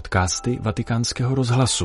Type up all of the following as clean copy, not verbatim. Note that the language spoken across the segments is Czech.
podcasty Vatikánského rozhlasu.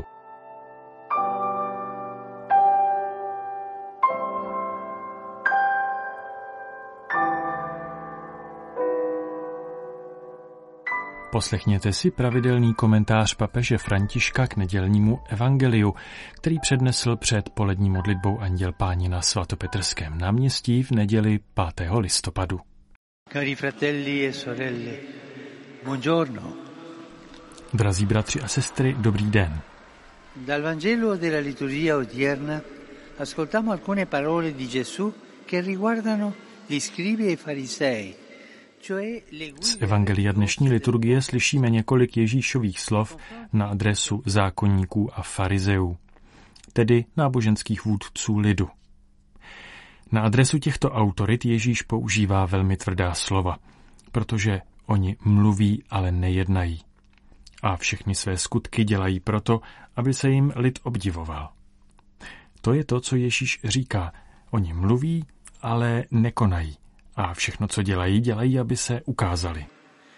Poslechněte si pravidelný komentář papeže Františka k nedělnímu evangeliu, který přednesl před polední modlitbou Anděl Páni na svatopetrském náměstí v neděli 5. listopadu. Cari fratelli e sorelle, buongiorno. Drazí bratři a sestry, dobrý den. Dal Vangelo della liturgia odierna ascoltiamo alcune parole di Gesù che riguardano gli scribi e i farisei. Z evangelia dnešní liturgie slyšíme několik Ježíšových slov na adresu zákonníků a farizeů, tedy náboženských vůdců lidu. Na adresu těchto autorit Ježíš používá velmi tvrdá slova, protože oni mluví, ale nejednají. A všechny své skutky dělají proto, aby se jim lid obdivoval. To je to, co Ježíš říká. Oni mluví, ale nekonají. A všechno, co dělají, dělají, aby se ukázali.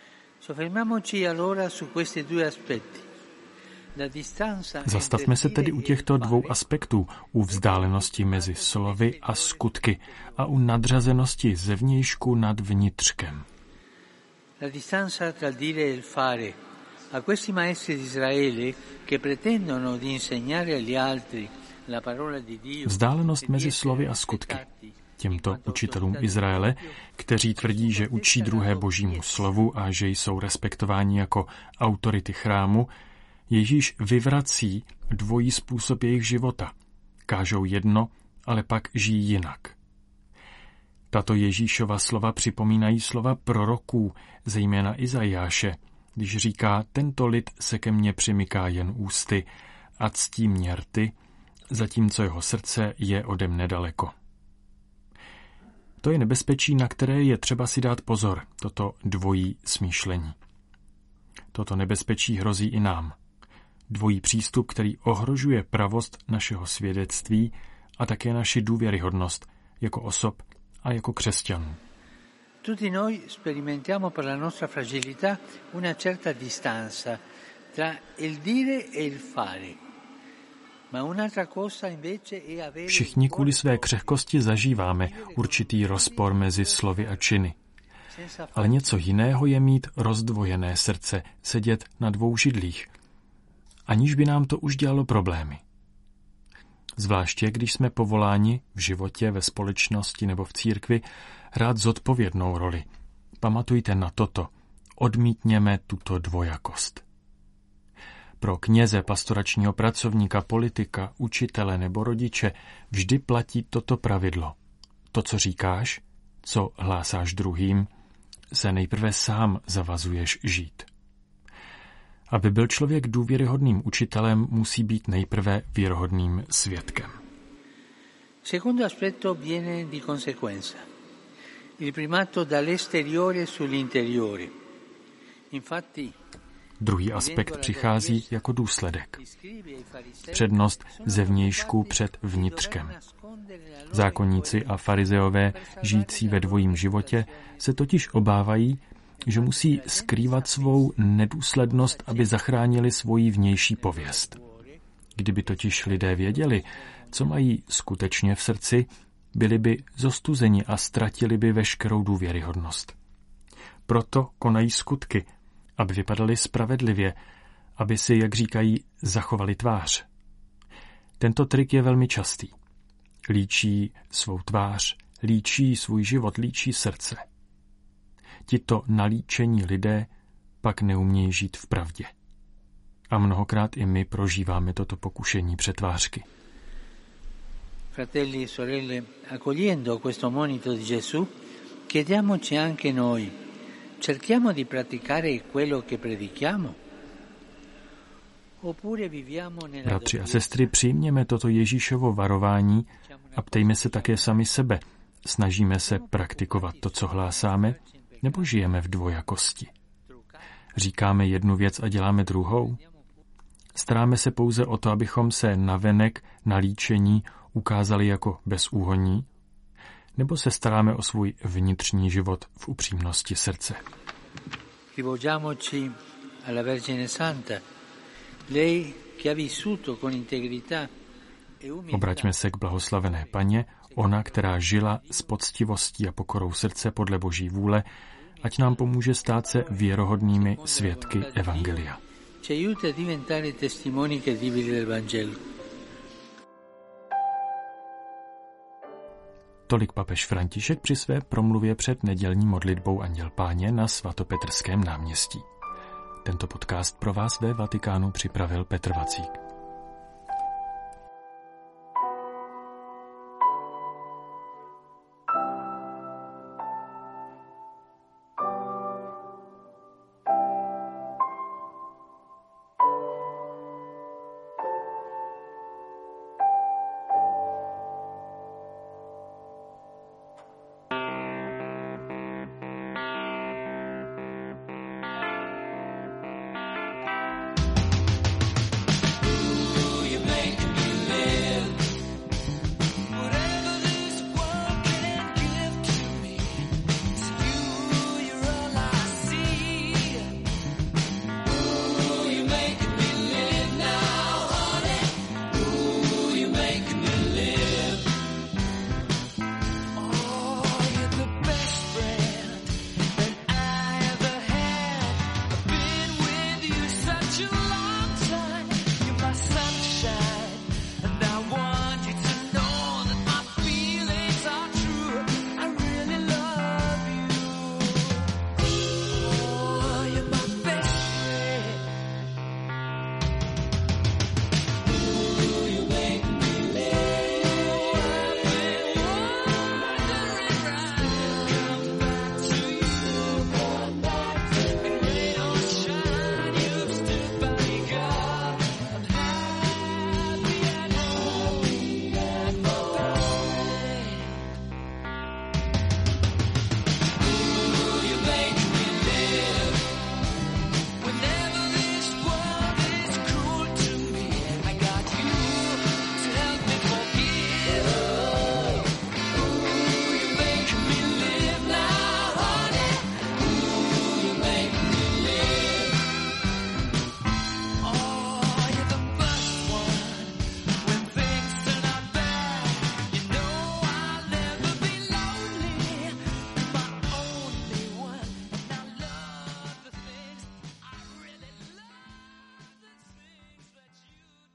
Zastavme se tedy u těchto dvou aspektů, u vzdálenosti mezi slovy a skutky a u nadřazenosti zevnějšku nad vnitřkem. La distanza tra il dire e il fare. A questi maestri di Israele che pretendono di insegnare agli altri la parola di Dio. Vzdálenost mezi slovy a skutky. Těmto učitelům Izraele, kteří tvrdí, že učí druhé božímu slovu a že jsou respektováni jako autority chrámu, Ježíš vyvrací dvojí způsob jejich života. Kážou jedno, ale pak žijí jinak. Tato Ježíšova slova připomínají slova proroků, zejména Izajáše, když říká, tento lid se ke mně přimyká jen ústy a ctí mě rty, zatímco jeho srdce je ode mne daleko. To je nebezpečí, na které je třeba si dát pozor, toto dvojí smýšlení. Toto nebezpečí hrozí i nám. Dvojí přístup, který ohrožuje pravost našeho svědectví a také naši důvěryhodnost jako osob a jako křesťanů. Tutti noi sperimentiamo per la nostra fragilità una certa distanza tra il dire e il fare. Všichni kvůli své křehkosti zažíváme určitý rozpor mezi slovy a činy. Ale něco jiného je mít rozdvojené srdce, sedět na dvou židlích, aniž by nám to už dělalo problémy. Zvláště, když jsme povoláni v životě, ve společnosti nebo v církvi hrát zodpovědnou roli. Pamatujte na toto. Odmítněme tuto dvojakost. Pro kněze, pastoračního pracovníka, politika, učitele nebo rodiče vždy platí toto pravidlo. To, co říkáš, co hlásáš druhým, se nejprve sám zavazuješ žít. Aby byl člověk důvěryhodným učitelem, musí být nejprve věrohodným svědkem. Secondo aspetto viene di conseguenza. Il primato dall'esteriore sull'interiore. Infatti Druhý aspekt přichází jako důsledek. Přednost zevnějšku před vnitřkem. Zákonníci a farizeové, žijící ve dvojím životě, se totiž obávají, že musí skrývat svou nedůslednost, aby zachránili svoji vnější pověst. Kdyby totiž lidé věděli, co mají skutečně v srdci, byli by zostuzeni a ztratili by veškerou důvěryhodnost. Proto konají skutky, aby vypadali spravedlivě, aby si, jak říkají, zachovali tvář. Tento trik je velmi častý. Líčí svou tvář, líčí svůj život, líčí srdce. Tito nalíčení lidé pak neumějí žít v pravdě. A mnohokrát i my prožíváme toto pokušení přetvářky. Fratelli e sorelle, accogliendo questo monito di Gesù, chiediamoci anche noi, cerchiamo di praticare quello che predichiamo? Bratři a sestry, přijměme toto Ježíšovo varování a ptejme se také sami sebe. Snažíme se praktikovat to, co hlásáme, nebo žijeme v dvojakosti? Říkáme jednu věc a děláme druhou? Staráme se pouze o to, abychom se navenek, na líčení ukázali jako bezúhonní? Nebo se staráme o svůj vnitřní život v upřímnosti srdce? Rivolgiamoci alla Vergine Santa, Lei che ha vissuto con integrità. Obraťme se k blahoslavené Panně, ona, která žila s poctivostí a pokorou srdce podle Boží vůle, ať nám pomůže stát se věrohodnými svědky evangelia. Tolik papež František při své promluvě před nedělní modlitbou Anděl Páně na svatopetrském náměstí. Tento podcast pro vás ve Vatikánu připravil Petr Vacík.